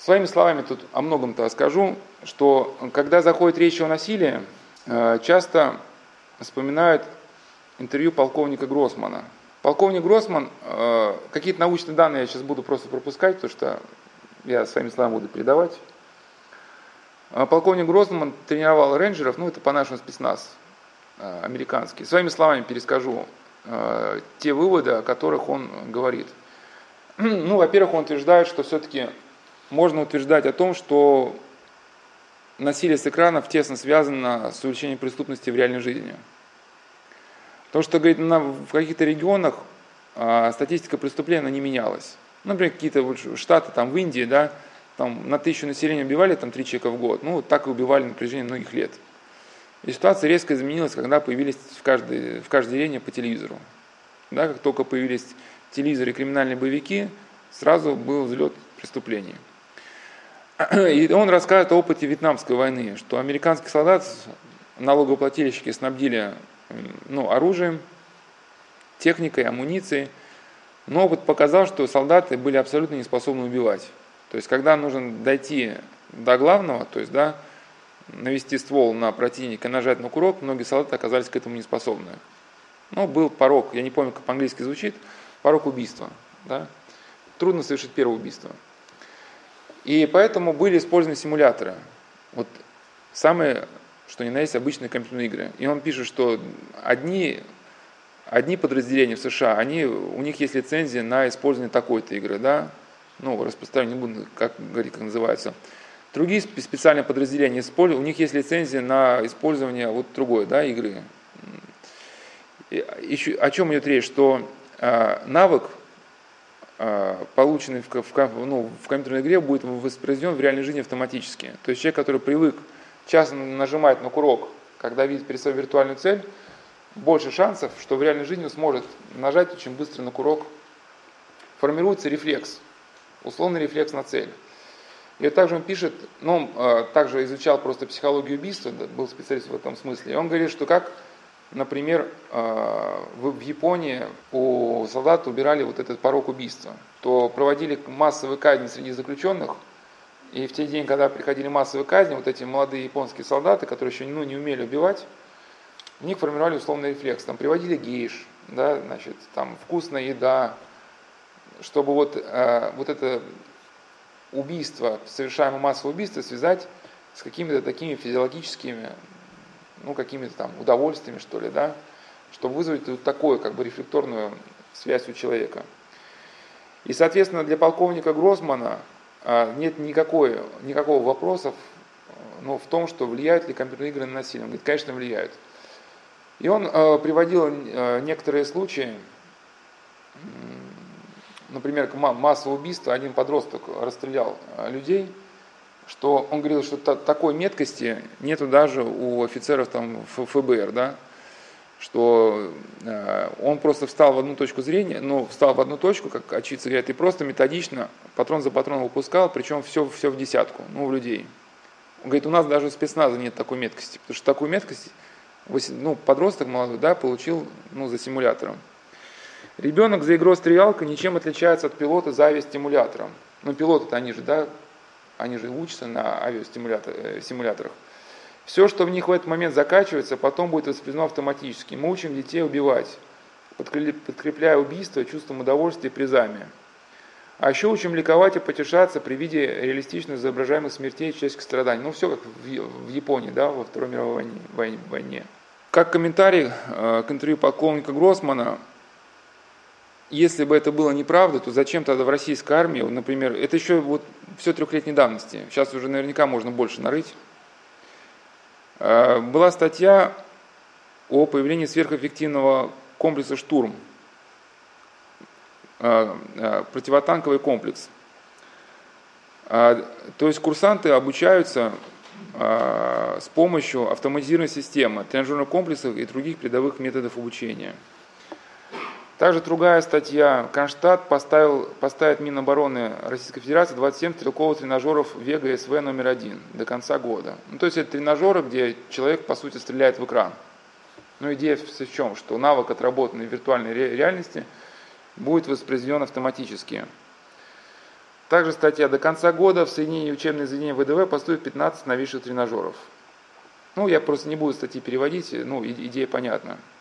Своими словами тут о многом-то скажу, что когда заходит речь о насилии, часто вспоминают интервью полковника Гроссмана. Полковник Гроссман, какие-то научные данные я сейчас буду просто пропускать, потому что я своими словами буду передавать. Полковник Гроссман тренировал рейнджеров, это по-нашему спецназ американский. Своими словами перескажу те выводы, о которых он говорит. Во-первых, он утверждает, что все-таки можно утверждать о том, что насилие с экранов тесно связано с увеличением преступности в реальной жизни. Потому что, говорит, в каких-то регионах статистика преступлений не менялась. Например, какие-то штаты, там в Индии, да, там на 1000 населения убивали 3 человека в год. Так и убивали на протяжении многих лет. И ситуация резко изменилась, когда появились в каждой деревне по телевизору. Да, как только появились телевизоры и криминальные боевики, сразу был взлет преступлений. И он рассказывает о опыте Вьетнамской войны, что американских солдат налогоплательщики снабдили оружием, техникой, амуницией. Но опыт показал, что солдаты были абсолютно не способны убивать. То есть, когда нужно дойти до главного, то есть, да, навести ствол на противника, нажать на курок, многие солдаты оказались к этому не способны. Был порог, я не помню, как по-английски звучит, порог убийства. Да? Трудно совершить первое убийство. И поэтому были использованы симуляторы. Самые, что ни на есть, обычные компьютерные игры. И он пишет, что одни подразделения в США, у них есть лицензия на использование такой-то игры, да? Распространение не буду говорить, как называется. Другие специальные подразделения у них есть лицензия на использование другой, да, игры. О чем идет речь? Что навык, полученный в компьютерной игре, будет воспроизведен в реальной жизни автоматически. То есть человек, который привык часто нажимать на курок, когда видит перед собой виртуальную цель, больше шансов, что в реальной жизни он сможет нажать очень быстро на курок. Формируется рефлекс, условный рефлекс на цель. И также он пишет, также изучал просто психологию убийства, был специалист в этом смысле. И он говорит, что как, например, в Японии у солдат убирали этот порог убийства, то проводили массовые казни среди заключенных, и в те дни, когда приходили массовые казни, эти молодые японские солдаты, которые еще не умели убивать, в них формировали условный рефлекс. Там приводили гейш, да, вкусная еда, чтобы это убийство, совершаемое массовое убийство, связать с какими-то такими физиологическими, какими-то удовольствиями, что ли, да, чтобы вызвать такую, рефлекторную связь у человека. И, соответственно, для полковника Гроссмана нет никакого вопроса в том, что влияют ли компьютерные игры на насилие. Он говорит, конечно, влияют. И он приводил некоторые случаи, например, массовое убийство, один подросток расстрелял людей, что он говорил, что такой меткости нету даже у офицеров ФБР, да, что он просто встал в одну точку зрения, встал в одну точку, как очевидцы говорят, и просто методично патрон за патроном выпускал, причем все в десятку, в людей. Он говорит, у нас даже у спецназа нет такой меткости, потому что такую меткость подросток молодой, да, получил за симулятором. Ребенок за игрой стрелялка ничем отличается от пилота за авиастимулятором. Пилоты-то они же учатся на авиасимуляторах. Все, что в них в этот момент закачивается, потом будет воспроизведено автоматически. Мы учим детей убивать, подкрепляя убийство чувством удовольствия и призами. А еще учим ликовать и потешаться при виде реалистично изображаемых смертей и человеческих страданий. Все как в Японии, да, во Второй мировой войне. Как комментарий к интервью полковника Гроссмана, если бы это было неправда, то зачем тогда в российской армии, например, это еще все 3-летней давности, сейчас уже наверняка можно больше нарыть. Была статья о появлении сверхэффективного комплекса «Штурм», противотанковый комплекс. То есть курсанты обучаются с помощью автоматизированной системы, тренажерных комплексов и других передовых методов обучения. Также другая статья. Кронштадт поставит Минобороны Российской Федерации 27 стрелковых тренажеров Вега СВ номер 1 до конца года. То есть это тренажеры, где человек, по сути, стреляет в экран. Идея в чем? Что навык, отработанный в виртуальной реальности, будет воспроизведен автоматически. Также статья: до конца года в соединении учебных заведений ВДВ поступит 15 новейших тренажеров. Ну, я просто не буду статьи переводить, ну, идея понятна.